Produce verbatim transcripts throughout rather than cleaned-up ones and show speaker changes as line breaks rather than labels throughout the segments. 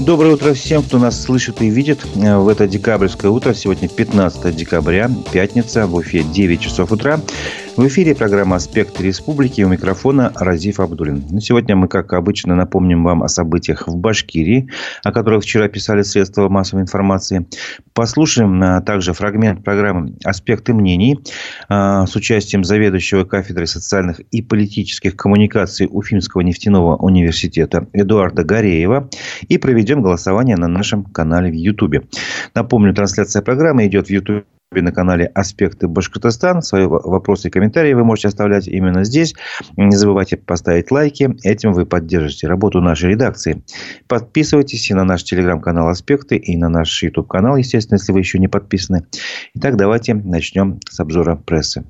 Доброе утро всем, кто нас слышит и видит. В это декабрьское утро, сегодня пятнадцатое декабря, пятница, в Уфе девять часов утра. В эфире программа «Аспекты республики», у микрофона Разиф Абдуллин. Сегодня мы, как обычно, напомним вам о событиях в Башкирии, о которых вчера писали средства массовой информации. Послушаем также фрагмент программы «Аспекты мнений» с участием заведующего кафедрой социальных и политических коммуникаций Уфимского нефтяного университета Эдуарда Гареева и проведем голосование на нашем канале в Ютубе. Напомню, трансляция программы идет в Ютубе на канале «Аспекты Башкортостан». Свои вопросы и комментарии вы можете оставлять именно здесь. Не забывайте поставить лайки. Этим вы поддержите работу нашей редакции. Подписывайтесь и на наш телеграм-канал «Аспекты», и на наш ютуб-канал, естественно, если вы еще не подписаны. Итак, давайте начнем с обзора прессы.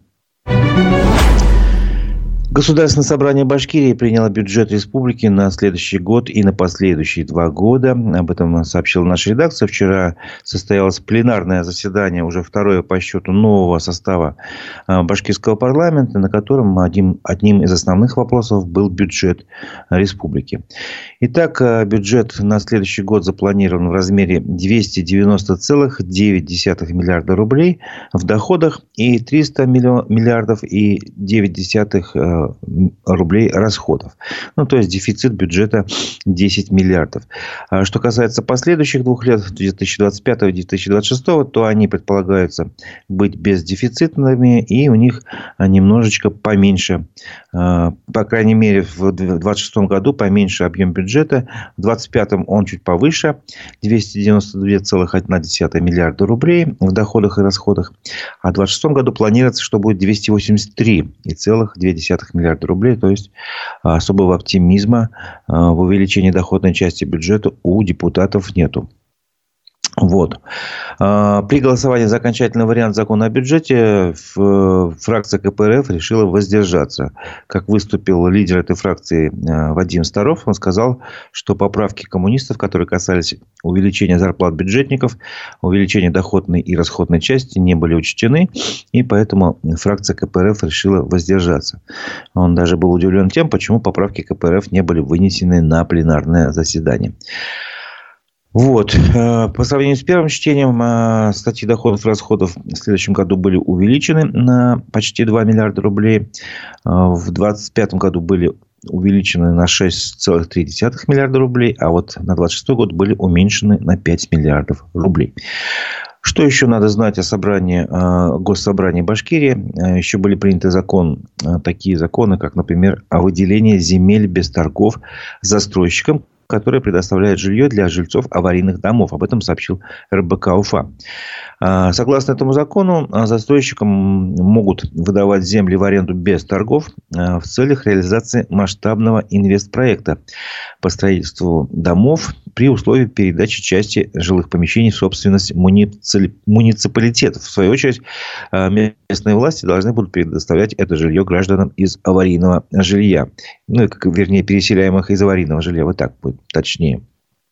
Государственное собрание Башкирии приняло бюджет республики на следующий год и на последующие два года. Об этом сообщила наша редакция. Вчера состоялось пленарное заседание, уже второе по счету, нового состава башкирского парламента, на котором одним, одним из основных вопросов был бюджет республики. Итак, бюджет на следующий год запланирован в размере двести девяносто целых девять десятых миллиарда рублей в доходах и триста миллиардов и девять десятых рублей расходов. Ну, то есть дефицит бюджета десять миллиардов. А что касается последующих двух лет, две тысячи двадцать пятого и две тысячи двадцать шестого, то они предполагаются быть бездефицитными, и у них немножечко поменьше, по крайней мере, в двадцать шестом году поменьше объем бюджета, в двадцать пятом он чуть повыше, двести девяносто два целых одна десятая миллиарда рублей в доходах и расходах, а в двадцать шестом году планируется, что будет двести восемьдесят три целых две десятых миллиарда рублей, то есть особого оптимизма в увеличении доходной части бюджета у депутатов нету. Вот. При голосовании за окончательный вариант закона о бюджете фракция ка пэ эр эф решила воздержаться. Как выступил лидер этой фракции Вадим Старов, он сказал, что поправки коммунистов, которые касались увеличения зарплат бюджетников, увеличения доходной и расходной части, не были учтены, и поэтому фракция ка пэ эр эф решила воздержаться. Он даже был удивлен тем, почему поправки ка пэ эр эф не были вынесены на пленарное заседание. Вот. По сравнению с первым чтением, статьи доходов и расходов в следующем году были увеличены на почти два миллиарда рублей. В двадцать пятом году были увеличены на шесть целых три десятых миллиарда рублей, а вот на двадцать шестой год были уменьшены на пять миллиардов рублей. Что еще надо знать о собрании, о Госсобрании Башкирии? Еще были приняты закон, такие законы, как, например, о выделении земель без торгов застройщикам, которые предоставляют жилье для жильцов аварийных домов. Об этом сообщил эр бэ ка Уфа. Согласно этому закону, застройщикам могут выдавать земли в аренду без торгов в целях реализации масштабного инвестпроекта по строительству домов при условии передачи части жилых помещений в собственность муниципалитетов. В свою очередь, местные власти должны будут предоставлять это жилье гражданам из аварийного жилья. Ну, вернее, переселяемых из аварийного жилья. Вот так будет точнее.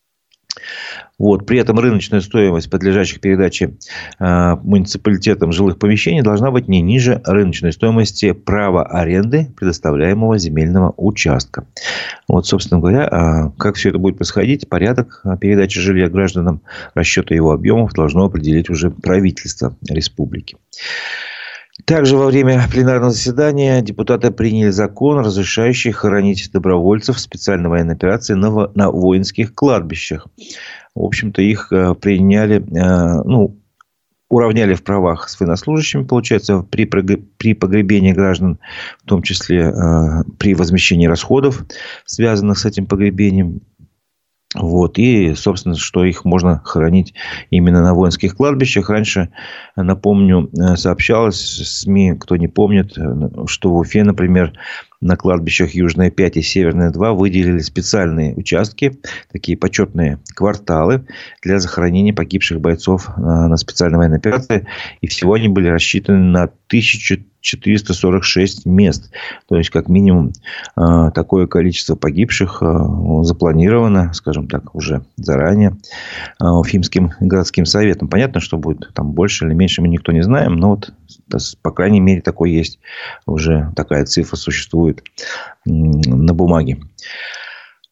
Вот. При этом рыночная стоимость подлежащих передаче э, муниципалитетам жилых помещений должна быть не ниже рыночной стоимости права аренды предоставляемого земельного участка. Вот, собственно говоря, э, как все это будет происходить, порядок передачи жилья гражданам, расчета его объемов должно определить уже правительство республики. Также во время пленарного заседания депутаты приняли закон, разрешающий хоронить добровольцев специальной военной операции на, на воинских кладбищах. В общем-то, их приняли, ну, уравняли в правах с военнослужащими, получается, при, при погребении граждан, в том числе при возмещении расходов, связанных с этим погребением. Вот. И, собственно, что их можно хоронить именно на воинских кладбищах. Раньше, напомню, сообщалось в СМИ, кто не помнит, что в Уфе, например, на кладбищах Южная пять и Северная два выделили специальные участки, такие почетные кварталы для захоронения погибших бойцов на специальной военной операции. И всего они были рассчитаны на тысячу четыреста сорок шесть мест. То есть, как минимум, такое количество погибших запланировано, скажем так, уже заранее Уфимским городским советом. Понятно, что будет там больше или меньше, мы никто не знаем. Но вот, по крайней мере, такой есть. Уже такая цифра существует на бумаге.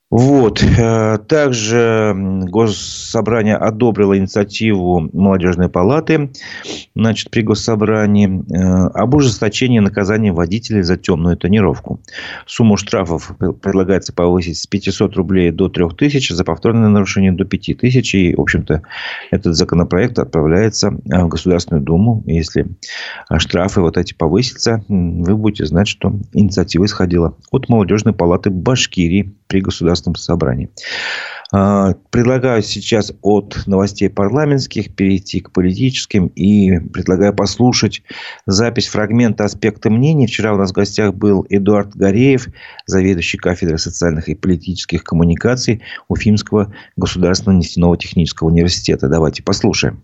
Вот. Также Госсобрание одобрило инициативу Молодежной палаты, значит, при Госсобрании об ужесточении наказания водителей за темную тонировку. Сумму штрафов предлагается повысить с пятисот рублей до трёх тысяч, за повторное нарушение до пяти тысяч. И, в общем-то, этот законопроект отправляется в Государственную Думу. Если штрафы вот эти повысятся, вы будете знать, что инициатива исходила от Молодежной палаты Башкирии при Государственном собрании. Предлагаю сейчас от новостей парламентских перейти к политическим. И предлагаю послушать запись фрагмента «Аспекты мнений». Вчера у нас в гостях был Эдуард Гореев, заведующий кафедрой социальных и политических коммуникаций Уфимского государственного нефтяного технического университета. Давайте послушаем.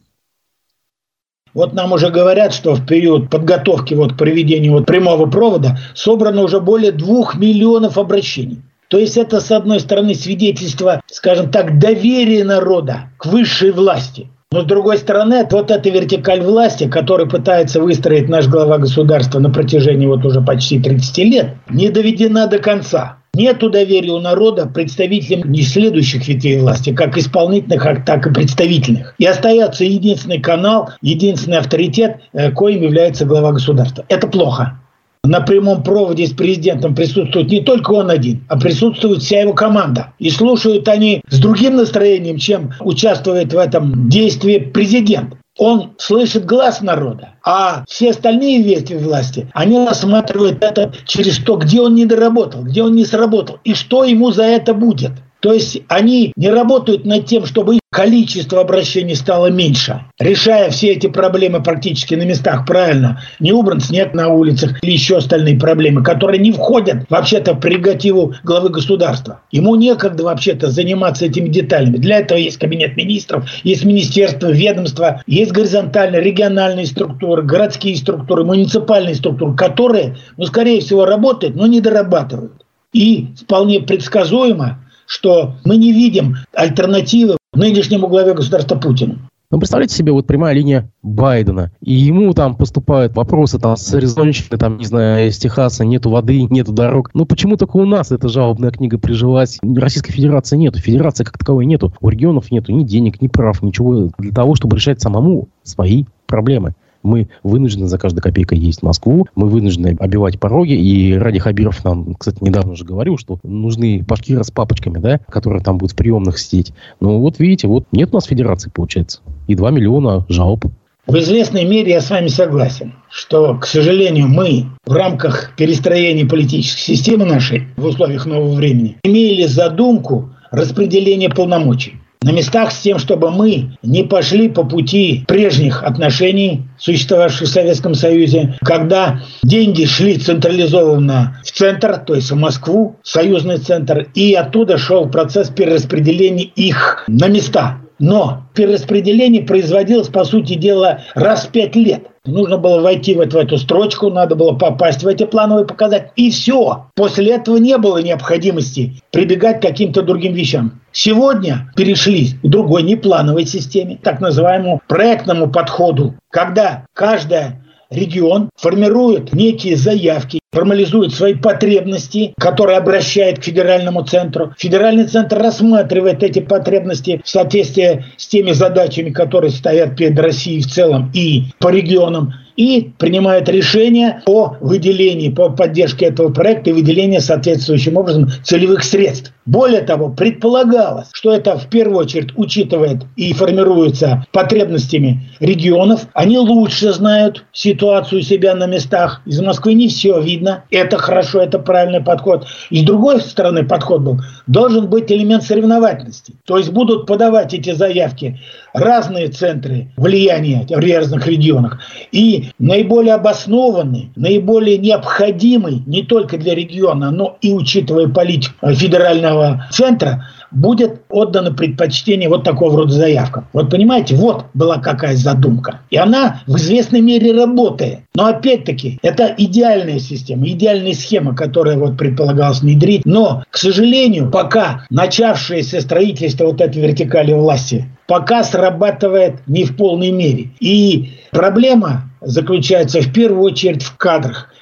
Вот нам уже говорят, что в период подготовки вот к проведению вот прямого провода собрано уже более двух миллионов обращений. То есть это, с одной стороны, свидетельство, скажем так, доверия народа к высшей власти. Но с другой стороны, вот эта вертикаль власти, которую пытается выстроить наш глава государства на протяжении вот уже почти тридцати лет, не доведена до конца. Нету доверия у народа представителям не следующих ветвей власти, как исполнительных, так и представительных. И остается единственный канал, единственный авторитет, коим является глава государства. Это плохо. На прямом проводе с президентом присутствует не только он один, а присутствует вся его команда. И слушают они с другим настроением, чем участвует в этом действии президент. Он слышит глаз народа, а все остальные ветви власти, они рассматривают это через то, где он не доработал, где он не сработал и что ему за это будет. То есть они не работают над тем, чтобы их количество обращений стало меньше, решая все эти проблемы практически на местах правильно. Не убран снег на улицах или еще остальные проблемы, которые не входят вообще-то в прерогативу главы государства. Ему некогда вообще-то заниматься этими деталями. Для этого есть кабинет министров, есть министерство, ведомства, есть горизонтальные, региональные структуры, городские структуры, муниципальные структуры, которые, ну, скорее всего, работают, но не дорабатывают. И вполне предсказуемо, что мы не видим альтернативы нынешнему главе государства Путину.
Ну, представляете себе, вот прямая линия Байдена, и ему там поступают вопросы там с Аризонщины, там, не знаю, из Техаса, нету воды, нету дорог. Ну, почему только у нас эта жалобная книга прижилась? Российской Федерации нету, Федерации как таковой нету, у регионов нету ни денег, ни прав, ничего для того, чтобы решать самому свои проблемы. Мы вынуждены за каждой копейкой ездить в Москву, мы вынуждены обивать пороги, и Ради Хабиров нам, кстати, недавно уже говорил, что нужны башкиры с папочками, да, которые там будут в приемных сидеть. Ну вот видите, вот нет у нас федерации, получается, и два миллиона жалоб.
В известной мере я с вами согласен, что, к сожалению, мы в рамках перестроения политической системы нашей в условиях нового времени имели задумку распределения полномочий на местах с тем, чтобы мы не пошли по пути прежних отношений, существовавших в Советском Союзе, когда деньги шли централизованно в центр, то есть в Москву, в союзный центр, и оттуда шел процесс перераспределения их на места. Но перераспределение производилось, по сути дела, раз в пять лет. Нужно было войти вот в эту строчку, надо было попасть в эти плановые показатели. И все. После этого не было необходимости прибегать к каким-то другим вещам. Сегодня перешли к другой неплановой системе, так называемому проектному подходу, когда каждый регион формирует некие заявки, формализует свои потребности, которые обращает к федеральному центру. Федеральный центр рассматривает эти потребности в соответствии с теми задачами, которые стоят перед Россией в целом и по регионам, и принимает решение о выделении, по поддержке этого проекта и выделении соответствующим образом целевых средств. Более того, предполагалось, что это в первую очередь учитывает и формируется потребностями регионов. Они лучше знают ситуацию себя на местах. Из Москвы не все видно. Это хорошо, это правильный подход. И с другой стороны подход был, должен быть элемент соревновательности. То есть будут подавать эти заявки разные центры влияния в разных регионах. И наиболее обоснованный, наиболее необходимый не только для региона, но и учитывая политику федерального центра, будет отдано предпочтение вот такого рода заявкам. Вот понимаете, вот была какая задумка. И она в известной мере работает. Но опять-таки, это идеальная система, идеальная схема, которая вот предполагалось внедрить. Но, к сожалению, пока начавшееся строительство вот этой вертикали власти пока срабатывает не в полной мере. И проблема заключается в первую очередь в кадрах,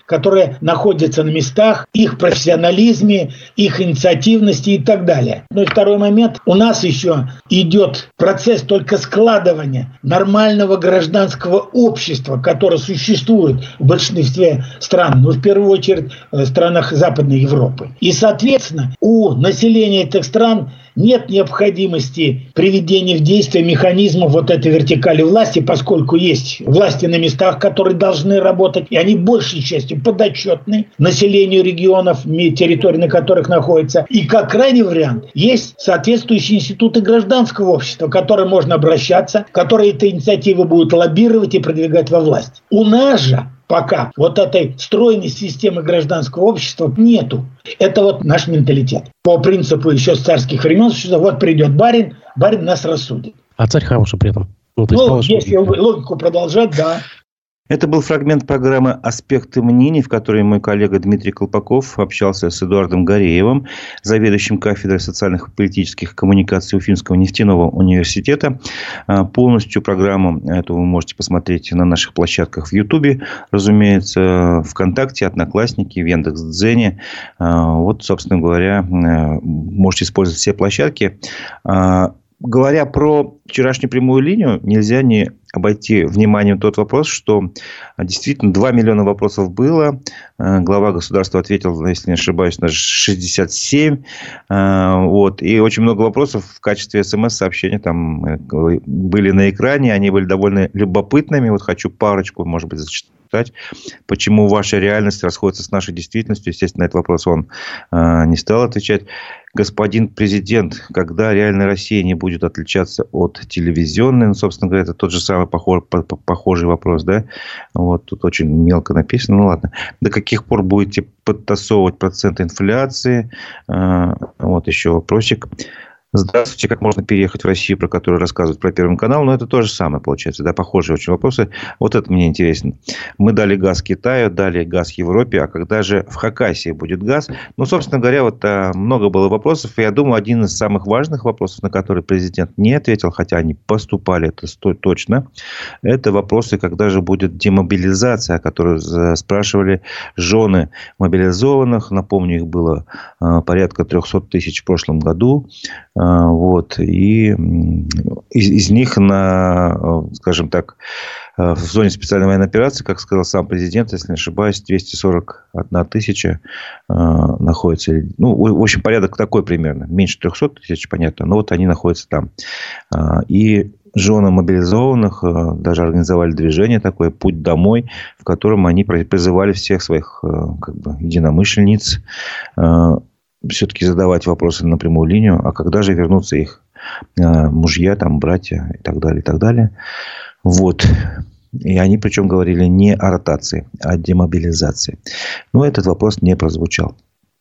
которые находятся на местах, их профессионализме, их инициативности и так далее. Ну и второй момент. У нас еще идет процесс только складывания нормального гражданского общества, которое существует в большинстве стран, но в первую очередь в странах Западной Европы. И, соответственно, у населения этих стран нет необходимости приведения в действие механизма вот этой вертикали власти, поскольку есть власти на местах, которые должны работать, и они большей частью подотчетны населению регионов, территорий, на которых находятся. И как крайний вариант, есть соответствующие институты гражданского общества, к которым можно обращаться, которые эти инициативы будут лоббировать и продвигать во власть. У нас же пока вот этой стройной системы гражданского общества нету. Это вот наш менталитет. По принципу еще с царских времен, что вот придет барин, барин нас рассудит.
А царь хороший при этом.
Ну, то есть, ну если логику продолжать, да.
Это был фрагмент программы «Аспекты мнений», в которой мой коллега Дмитрий Колпаков общался с Эдуардом Гореевым, заведующим кафедрой социальных и политических коммуникаций Уфимского нефтяного университета. Полностью программу эту вы можете посмотреть на наших площадках в Ютубе, разумеется, ВКонтакте, Одноклассники, в Яндекс.Дзене. Вот, собственно говоря, можете использовать все площадки. Говоря про вчерашнюю прямую линию, нельзя не обойти вниманием тот вопрос, что действительно два миллиона вопросов было. Глава государства ответил, если не ошибаюсь, на шестьдесят семь. Вот. И очень много вопросов в качестве смс-сообщения там были на экране. Они были довольно любопытными. Вот хочу парочку, может быть, зачитать. Почему ваша реальность расходится с нашей действительностью? Естественно, на этот вопрос он не стал отвечать. Господин президент, когда реальная Россия не будет отличаться от телевизионной? Ну, собственно говоря, это тот же самый похож, похожий вопрос, да? Вот тут очень мелко написано. Ну, ладно. До каких пор будете подтасовывать проценты инфляции? Вот еще вопросик. Здравствуйте, как можно переехать в Россию, про которую рассказывают про Первый канал? Но это то же самое, получается, да, похожие очень вопросы. Вот это мне интересно. Мы дали газ Китаю, дали газ Европе, а когда же в Хакасии будет газ? Ну, собственно говоря, вот много было вопросов, и я думаю, один из самых важных вопросов, на который президент не ответил, хотя они поступали, это точно, это вопросы, когда же будет демобилизация, о которой спрашивали жены мобилизованных. Напомню, их было порядка триста тысяч в прошлом году. Вот. И из, из них на, скажем так, в зоне специальной военной операции, как сказал сам президент, если не ошибаюсь, двести сорок одна тысяча э, находится. Ну, в общем, порядок такой примерно. Меньше трехсот тысяч, понятно, но вот они находятся там. Э, и жены мобилизованных э, даже организовали движение такое «Путь домой», в котором они призывали всех своих э, как бы, единомышленниц э, все-таки задавать вопросы на прямую линию, а когда же вернутся их э, мужья, там, братья и так далее, и так далее. Вот. И они причем говорили не о ротации, а о демобилизации. Но этот вопрос не прозвучал.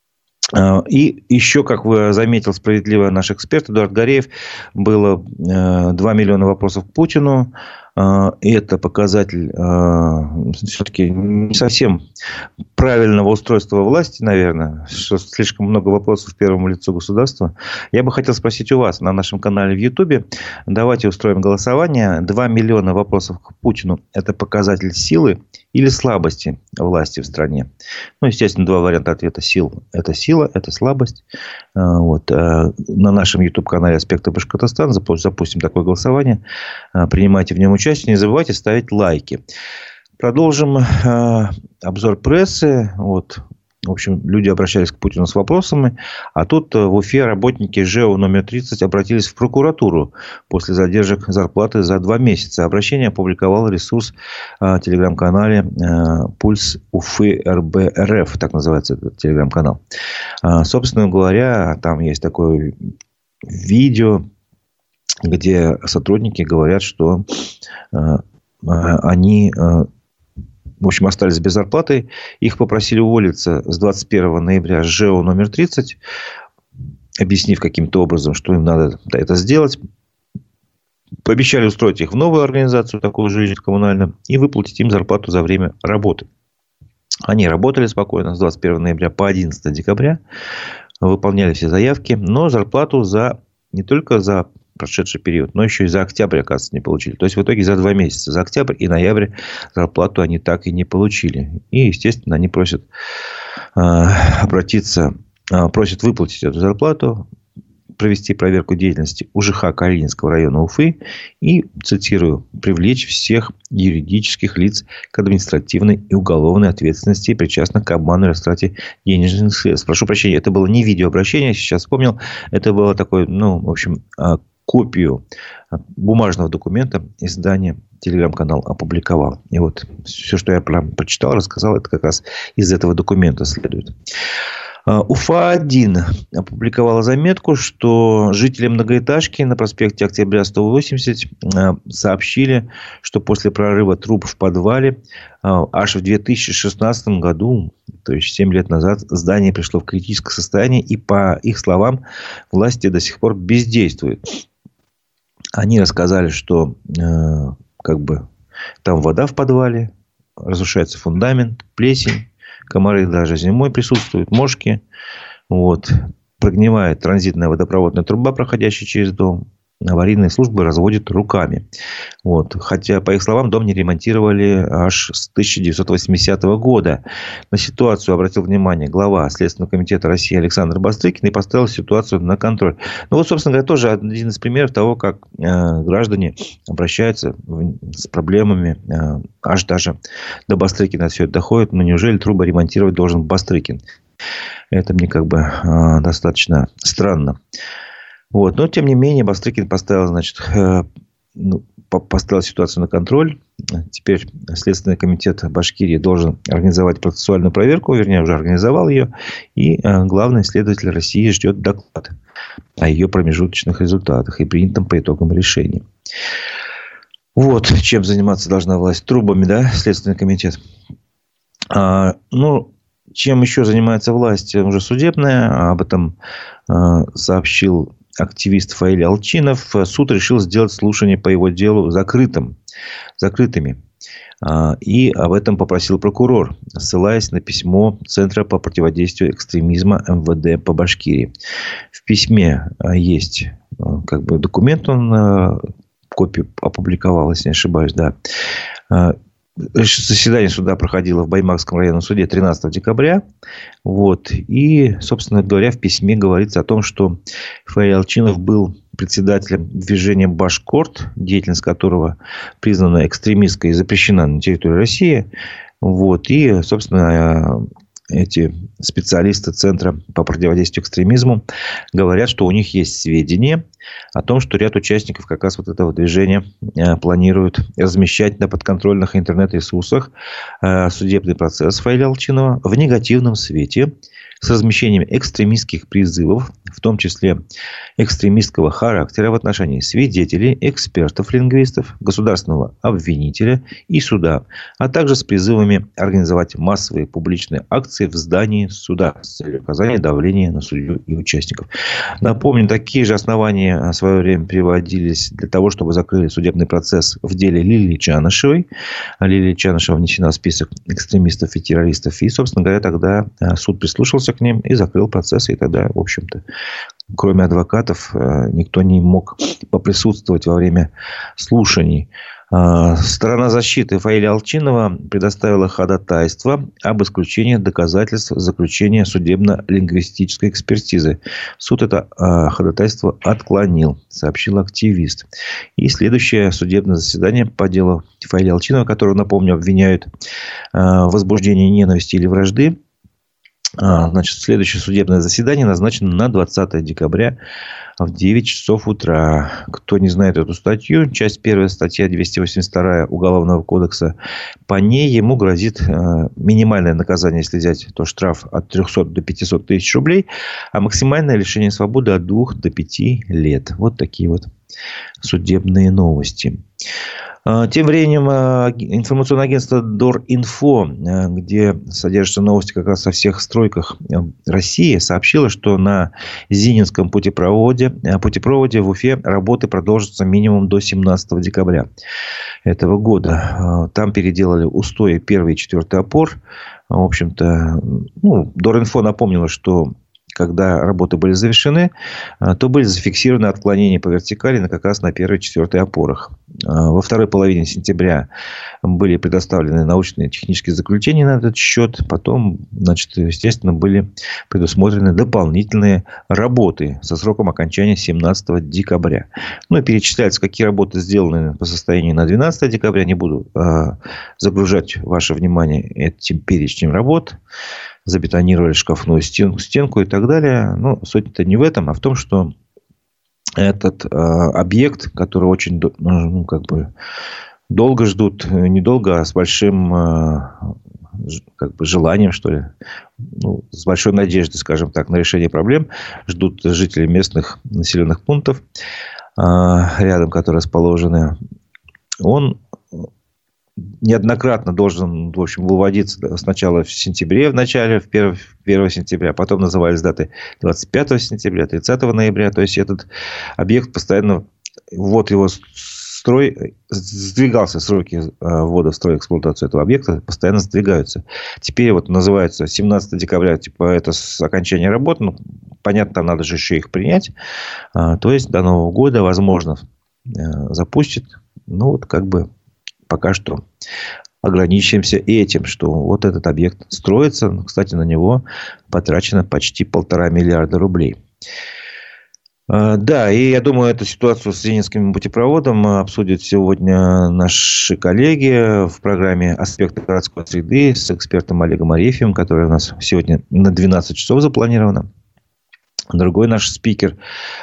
И еще, как вы заметил справедливо наш эксперт Эдуард Гореев, было два миллиона вопросов к Путину. И это показатель все-таки не совсем правильного устройства власти, наверное, что слишком много вопросов первому лицу государства. Я бы хотел спросить у вас на нашем канале в Ютубе. Давайте устроим голосование. два миллиона вопросов к Путину – это показатель силы или слабости власти в стране? Ну, естественно, два варианта ответа. Сил – это сила, это слабость. Вот. На нашем YouTube-канале «Аспекты Башкортостана» запустим такое голосование. Принимайте в нем участие. Не забывайте ставить лайки. Продолжим э, обзор прессы. Вот. В общем, люди обращались к Путину с вопросами. А тут в Уфе работники ЖЭО номер тридцать обратились в прокуратуру после задержек зарплаты за два месяца. Обращение опубликовал ресурс э, телеграм-канале э, «Пульс Уфы РБ-РФ». Так называется этот телеграм-канал. Э, собственно говоря, там есть такое видео, где сотрудники говорят, что э, они, э, в общем, остались без зарплаты. Их попросили уволиться с двадцать первого ноября с ЖЭО номер тридцать, объяснив каким-то образом, что им надо это сделать. Пообещали устроить их в новую организацию, такую же коммунальную, и выплатить им зарплату за время работы. Они работали спокойно с двадцать первого ноября по одиннадцатого декабря, выполняли все заявки, но зарплату за не только за прошедший период, но еще и за октябрь, оказывается, не получили. То есть, в итоге за два месяца, за октябрь и ноябрь зарплату они так и не получили. И, естественно, они просят э, обратиться, э, просят выплатить эту зарплату, провести проверку деятельности УЖХ Калининского района Уфы и, цитирую, привлечь всех юридических лиц к административной и уголовной ответственности, причастных к обману и растрате денежных средств. Прошу прощения, это было не видеообращение, сейчас вспомнил. Это было такое, ну, в общем, копию бумажного документа издание телеграм-канал опубликовал. И вот все, что я прям прочитал, рассказал, это как раз из этого документа следует. Уфа один опубликовала заметку, что жители многоэтажки на проспекте Октября сто восемьдесят сообщили, что после прорыва труб в подвале аж в две тысячи шестнадцатом году, то есть семь лет назад, здание пришло в критическое состояние, и, по их словам, власти до сих пор бездействуют. Они рассказали, что как бы там вода в подвале, разрушается фундамент, плесень. Комары даже зимой присутствуют, мошки. Вот. Прогнивает транзитная водопроводная труба, проходящая через дом. Аварийные службы разводят руками. Вот. Хотя, по их словам, дом не ремонтировали аж с тысяча девятьсот восьмидесятого года. На ситуацию обратил внимание глава Следственного комитета России Александр Бастрыкин и поставил ситуацию на контроль. Ну, вот, собственно говоря, тоже один из примеров того, как э, граждане обращаются в, с проблемами. Э, аж даже до Бастрыкина все это доходит. Но неужели трубы ремонтировать должен Бастрыкин? Это мне как бы э, достаточно странно. Вот. Но, тем не менее, Бастрыкин поставил, значит, э, ну, поставил ситуацию на контроль. Теперь Следственный комитет Башкирии должен организовать процессуальную проверку, вернее, уже организовал ее. И э, главный следователь России ждет доклад о ее промежуточных результатах и принятом по итогам решении. Вот чем заниматься должна власть. Трубами, да, Следственный комитет. А, ну, чем еще занимается власть уже судебная, об этом э, сообщил активист Фаиль Алчинов. Суд решил сделать слушание по его делу закрытым, закрытыми. И об этом попросил прокурор, ссылаясь на письмо Центра по противодействию экстремизма эм вэ дэ по Башкирии. В письме есть как бы документ, он копию опубликовал, если не ошибаюсь, да. Заседание суда проходило в Баймакском районном суде тринадцатого декабря. Вот. И, собственно говоря, в письме говорится о том, что Фаиль Алчинов был председателем движения «Башкорт», деятельность которого признана экстремистской и запрещена на территории России. Вот. И, собственно, эти специалисты Центра по противодействию экстремизму говорят, что у них есть сведения о том, что ряд участников как раз вот этого движения планируют размещать на подконтрольных интернет-ресурсах судебный процесс Фаиля Алчинова в негативном свете с размещением экстремистских призывов, в том числе экстремистского характера в отношении свидетелей, экспертов, лингвистов, государственного обвинителя и суда, а также с призывами организовать массовые публичные акции в здании суда с целью оказания давления на судью и участников. Напомню, такие же основания в свое время приводились для того, чтобы закрыли судебный процесс в деле Лилии Чанышевой. Лилия Чанышева внесена в список экстремистов и террористов. И, собственно говоря, тогда суд прислушался к ним и закрыл процесс. И тогда, в общем-то, кроме адвокатов, никто не мог поприсутствовать во время слушаний. Сторона защиты Фаиля Алчинова предоставила ходатайство об исключении доказательств заключения судебно-лингвистической экспертизы. Суд это ходатайство отклонил, сообщил активист. И следующее судебное заседание по делу Фаиля Алчинова, которого, напомню, обвиняют в возбуждении ненависти или вражды. Значит, следующее судебное заседание назначено на двадцатое декабря в девять часов утра. Кто не знает эту статью, часть первая, статья двести восемьдесят два Уголовного кодекса, по ней ему грозит минимальное наказание, если взять, то штраф от трехсот до пятисот тысяч рублей, а максимальное лишение свободы от двух до пяти лет. Вот такие вот судебные новости. Тем временем информационное агентство Доринфо, где содержатся новости как раз о всех стройках России, сообщило, что на Зининском путепроводе, путепроводе в Уфе работы продолжатся минимум до семнадцатого декабря этого года. Там переделали устои первый и четвертый опор. В общем-то, ну, Доринфо напомнило, что когда работы были завершены, то были зафиксированы отклонения по вертикали на, как раз на первой и четвертой опорах. Во второй половине сентября были предоставлены научные и технические заключения на этот счет. Потом, значит, естественно, были предусмотрены дополнительные работы со сроком окончания семнадцатого декабря. Ну и перечисляются, какие работы сделаны по состоянию на двенадцатое декабря. Не буду э, загружать ваше внимание этим перечнем работ. Забетонировали шкафную стенку, стенку и так далее. Но суть-то не в этом, а в том, что этот э, объект, который очень ну, как бы долго ждут, недолго, а с большим э, как бы желанием, что ли, ну, с большой надеждой, скажем так, на решение проблем, ждут жители местных населенных пунктов, э, рядом, которые расположены. Он неоднократно должен, в общем, выводиться сначала в сентябре, в начале, в первого сентября, потом назывались даты двадцать пятого сентября, тридцатого ноября. То есть, этот объект постоянно, вот его строй, сдвигался, сроки ввода в строй эксплуатацию этого объекта постоянно сдвигаются. Теперь вот называется семнадцатого декабря, типа, это с окончания работ. Ну, понятно, там надо же еще их принять. То есть, до Нового года, возможно, запустит. Ну, вот как бы пока что ограничимся этим, что вот этот объект строится. Кстати, на него потрачено почти полтора миллиарда рублей. Да, и я думаю, эту ситуацию с Ленинским путепроводом обсудят сегодня наши коллеги в программе «Аспекты городской среды» с экспертом Олегом Арефьевым, который у нас сегодня на двенадцать часов запланировано. Другой наш спикер,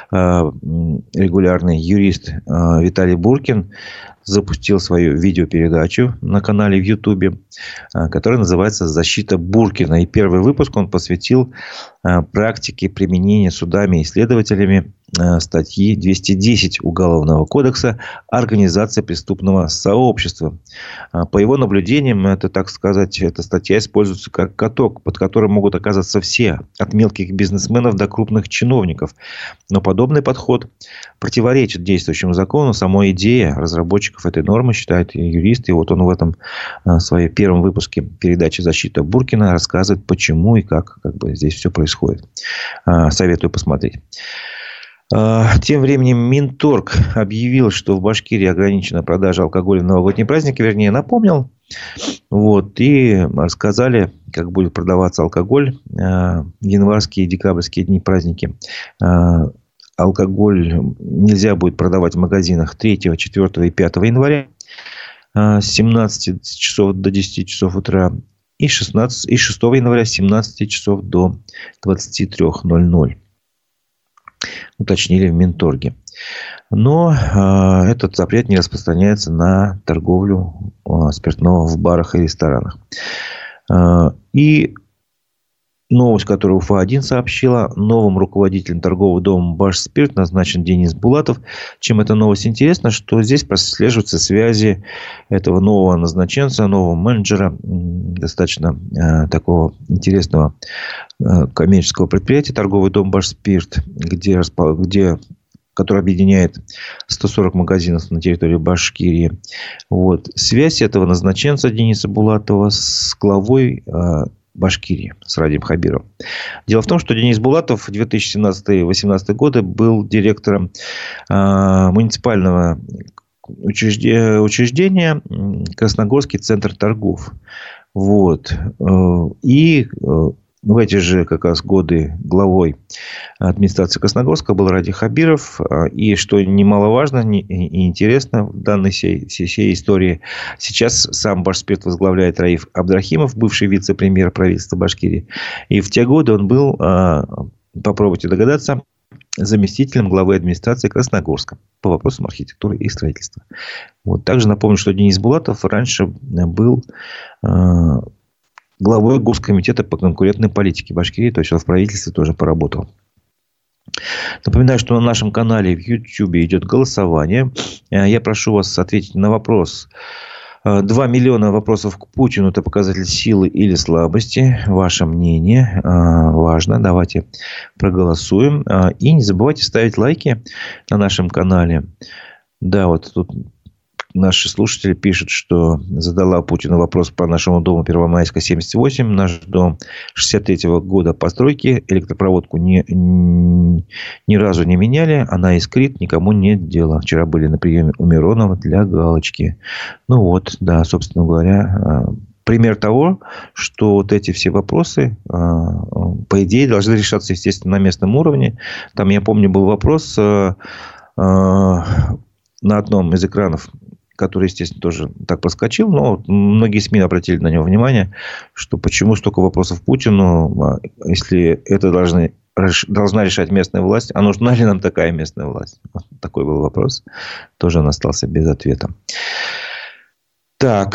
регулярный юрист Виталий Буркин, запустил свою видеопередачу на канале в Ютубе, которая называется «Защита Буркина». И первый выпуск он посвятил практике применения судами и следователями статьи двести десять Уголовного кодекса «Организация преступного сообщества». По его наблюдениям, это, так сказать, эта статья используется как каток, под которым могут оказаться все, от мелких бизнесменов до крупных чиновников. Но подобный подход противоречит действующему закону. Самой идее разработчиков этой нормы, считает юрист. И вот он в этом в своем первом выпуске передачи «Защита Буркина» рассказывает, почему и как, как бы здесь все происходит. Советую посмотреть. Тем временем Минторг объявил, что в Башкирии ограничена продажа алкоголя в новогодние праздники. Вернее, напомнил. Вот, и рассказали, как будет продаваться алкоголь в январские и декабрьские дни праздники. Алкоголь нельзя будет продавать в магазинах третьего, четвёртого и пятого января с семнадцати часов до десяти часов утра. И, шестнадцатого, и шестого января с семнадцати часов до двадцати трёх ноль-ноль. Уточнили в Минторге. Но э, этот запрет не распространяется на торговлю э, спиртного в барах и ресторанах. Э, и новость, которую Уфа один сообщила: новым руководителем торгового дома «Башспирт» назначен Денис Булатов. Чем эта новость интересна? Что здесь прослеживаются связи этого нового назначенца, нового менеджера, достаточно э, такого интересного э, коммерческого предприятия, торговый дом «Башспирт», где, где, который объединяет сто сорок магазинов на территории Башкирии. Вот. Связь этого назначенца Дениса Булатова с главой э, Башкирии, с Радием Хабировым. Дело в том, что Денис Булатов в две тысячи семнадцатом — две тысячи восемнадцатом годы был директором э, муниципального учреждения, учреждения Красногорский центр торгов. Вот. И в эти же как раз годы главой администрации Красногорска был Ради Хабиров. И, что немаловажно и интересно в данной всей, всей, всей истории, сейчас сам Башспирт возглавляет Раиф Абдрахимов, бывший вице-премьер правительства Башкирии. И в те годы он был, попробуйте догадаться, заместителем главы администрации Красногорска по вопросам архитектуры и строительства. Вот. Также напомню, что Денис Булатов раньше был главой Госкомитета по конкурентной политике Башкирии, то есть он в правительстве тоже поработал. Напоминаю, что на нашем канале в YouTube идет голосование. Я прошу вас ответить на вопрос. два миллиона вопросов к Путину – это показатель силы или слабости? Ваше мнение важно. Давайте проголосуем. И не забывайте ставить лайки на нашем канале. Да, вот тут наши слушатели пишут, что задала Путину вопрос по нашему дому Первомайска семьдесят восемь. Наш дом шестьдесят третьего года постройки. Электропроводку ни, ни, ни разу не меняли. Она искрит, никому нет дела. Вчера были на приеме у Миронова для галочки. Ну вот, да, собственно говоря, пример того, что вот эти все вопросы, по идее, должны решаться, естественно, на местном уровне. Там, я помню, был вопрос на одном из экранов, который, естественно, тоже так проскочил, но многие СМИ обратили на него внимание, что почему столько вопросов Путину, если это должны, должна решать местная власть, а нужна ли нам такая местная власть? Такой был вопрос. Тоже он остался без ответа. Так,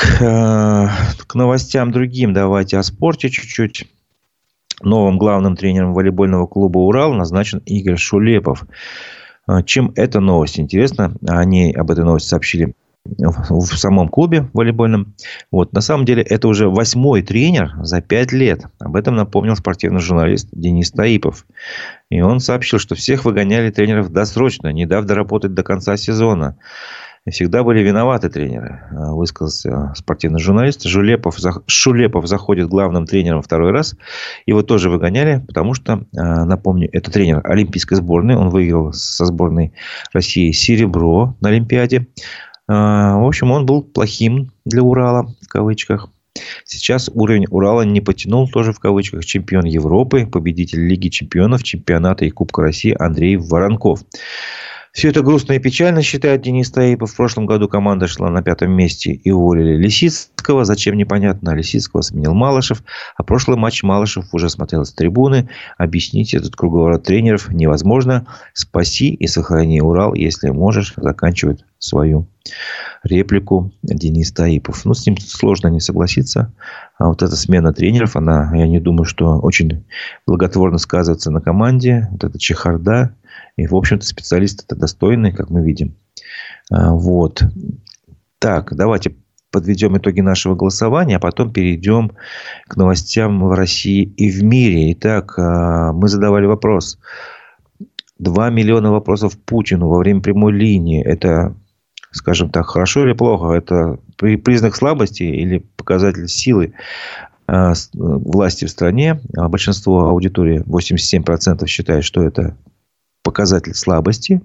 к новостям другим давайте о спорте чуть-чуть. Новым главным тренером волейбольного клуба «Урал» назначен Игорь Шулепов. Чем эта новость интересна? Они об этой новости сообщили в самом клубе волейбольном. Вот. На самом деле, это уже восьмой тренер за пять лет. Об этом напомнил спортивный журналист Денис Таипов. И он сообщил, что всех выгоняли тренеров досрочно, не дав доработать до конца сезона. И всегда были виноваты тренеры, высказался спортивный журналист. Шулепов, Шулепов заходит главным тренером второй раз. Его тоже выгоняли, потому что, напомню, это тренер олимпийской сборной. Он выиграл со сборной России серебро на Олимпиаде. В общем, он был плохим для Урала, в кавычках. Сейчас уровень Урала не потянул, тоже в кавычках, чемпион Европы, победитель Лиги чемпионов, чемпионата и Кубка России Андрей Воронков. Все это грустно и печально, считает Денис Таипов. В прошлом году команда шла на пятом месте и уволили Лисицкого. Зачем, непонятно. Лисицкого сменил Малышев. А прошлый матч Малышев уже смотрел с трибуны. Объяснить этот круговорот тренеров невозможно. Спаси и сохрани Урал, если можешь, заканчивает свою реплику Денис Таипов. Ну, с ним сложно не согласиться. А вот эта смена тренеров, она, я не думаю, что очень благотворно сказывается на команде. Вот эта чехарда. И, в общем-то, специалисты-то достойные, как мы видим. Вот. Так, давайте подведем итоги нашего голосования, а потом перейдем к новостям в России и в мире. Итак, мы задавали вопрос. Два миллиона вопросов Путину во время прямой линии. Это, скажем так, хорошо или плохо? Это признак слабости или показатель силы власти в стране? Большинство аудитории, восемьдесят семь процентов, считает, что это показатель слабости.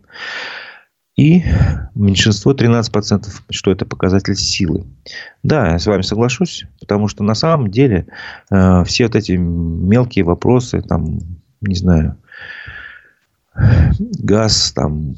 И меньшинство тринадцать процентов, что это показатель силы. Да, я с вами соглашусь. Потому что на самом деле э, все вот эти мелкие вопросы, там, не знаю, газ, там,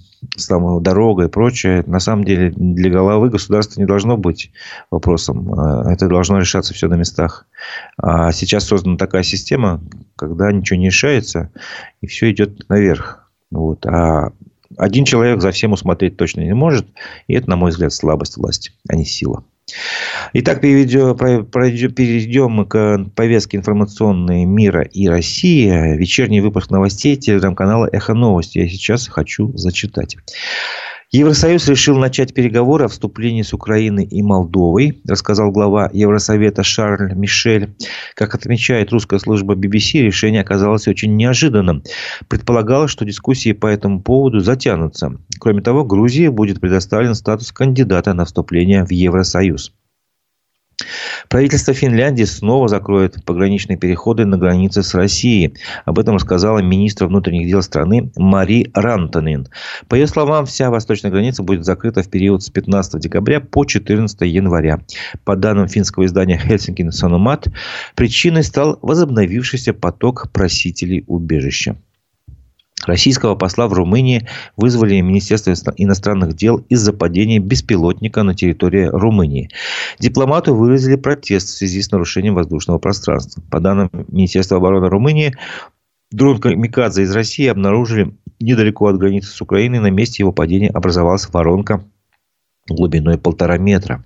там, дорога и прочее, на самом деле для головы государства не должно быть вопросом. Это должно решаться все на местах. А сейчас создана такая система, когда ничего не решается, и все идет наверх. Вот. А один человек за всем усмотреть точно не может. И это, на мой взгляд, слабость власти, а не сила. Итак, перейдем, перейдем к повестке информационной мира и России. Вечерний выпуск новостей телеграм-канала «Эхо Новости». Я сейчас хочу зачитать. Евросоюз решил начать переговоры о вступлении с Украиной и Молдовой, рассказал глава Евросовета Шарль Мишель. Как отмечает русская служба би би си, решение оказалось очень неожиданным. Предполагалось, что дискуссии по этому поводу затянутся. Кроме того, Грузии будет предоставлен статус кандидата на вступление в Евросоюз. Правительство Финляндии снова закроет пограничные переходы на границе с Россией. Об этом рассказала министр внутренних дел страны Мари Рантанен. По ее словам, вся восточная граница будет закрыта в период с пятнадцатого декабря по четырнадцатого января. По данным финского издания Helsingin Sanomat, причиной стал возобновившийся поток просителей убежища. Российского посла в Румынии вызвали Министерство иностранных дел из-за падения беспилотника на территории Румынии. Дипломаты выразили протест в связи с нарушением воздушного пространства. По данным Министерства обороны Румынии, дрон «Камикадзе» из России обнаружили недалеко от границы с Украиной. На месте его падения образовалась воронка глубиной полтора метра.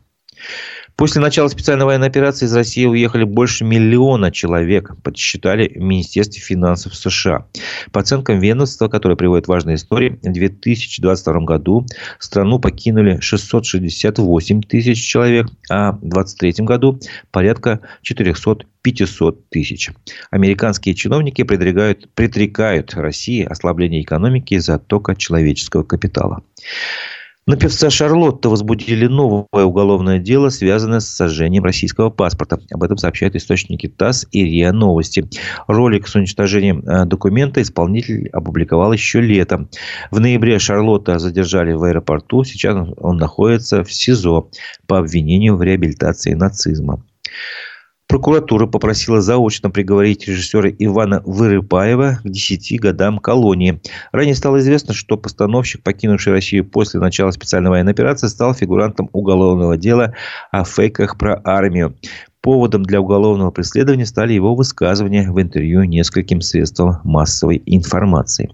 После начала специальной военной операции из России уехали больше миллиона человек, подсчитали в Министерстве финансов США. По оценкам ведомства, которое приводит важные истории, в две тысячи двадцать втором году страну покинули шестьсот шестьдесят восемь тысяч человек, а в две тысячи двадцать третьем году порядка четыреста-пятьсот тысяч. Американские чиновники предрекают, предрекают России ослабление экономики из-за оттока человеческого капитала. На певца Шарлотта возбудили новое уголовное дело, связанное с сожжением российского паспорта. Об этом сообщают источники ТАСС и РИА Новости. Ролик с уничтожением документа исполнитель опубликовал еще летом. В ноябре Шарлотта задержали в аэропорту. Сейчас он находится в СИЗО по обвинению в реабилитации нацизма. Прокуратура попросила заочно приговорить режиссера Ивана Вырыпаева к десяти годам колонии. Ранее стало известно, что постановщик, покинувший Россию после начала специальной военной операции, стал фигурантом уголовного дела о фейках про армию. Поводом для уголовного преследования стали его высказывания в интервью нескольким средствам массовой информации.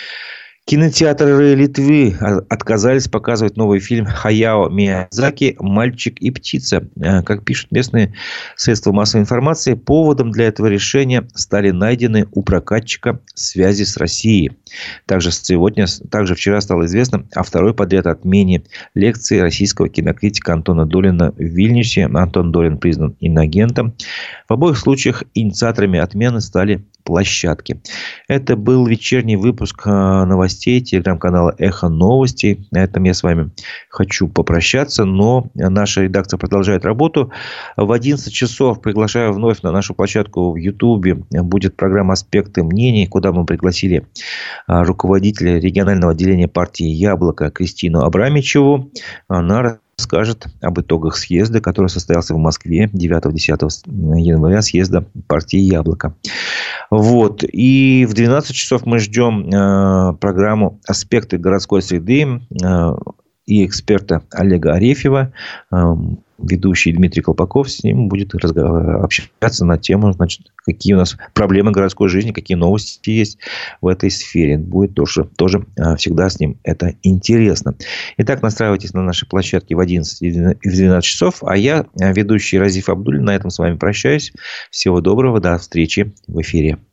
Кинотеатры Литвы отказались показывать новый фильм Хаяо Миядзаки «Мальчик и птица». Как пишут местные средства массовой информации, поводом для этого решения стали найденные у прокатчика связи с Россией. Также сегодня, также вчера стало известно о второй подряд отмене лекции российского кинокритика Антона Долина в Вильнюсе. Антон Долин признан инагентом. В обоих случаях инициаторами отмены стали площадки. Это был вечерний выпуск новостей телеграм-канала «Эхо Новости». На этом я с вами хочу попрощаться, но наша редакция продолжает работу. В одиннадцать часов приглашаю вновь на нашу площадку в Ютубе. Будет программа «Аспекты мнений», куда мы пригласили руководителя регионального отделения партии «Яблоко» Кристину Абрамичеву. Она расскажет об итогах съезда, который состоялся в Москве девятого-десятого января, съезда партии «Яблоко». Вот. И в двенадцать часов мы ждем э, программу «Аспекты городской среды» э, и эксперта Олега Арефьева. Э, ведущий Дмитрий Колпаков с ним будет разговор... общаться на тему, значит, какие у нас проблемы городской жизни, какие новости есть в этой сфере. Будет тоже, тоже всегда с ним это интересно. Итак, настраивайтесь на нашей площадке в одиннадцать и в двенадцать часов. А я, ведущий Разиф Абдуллин, на этом с вами прощаюсь. Всего доброго, до встречи в эфире.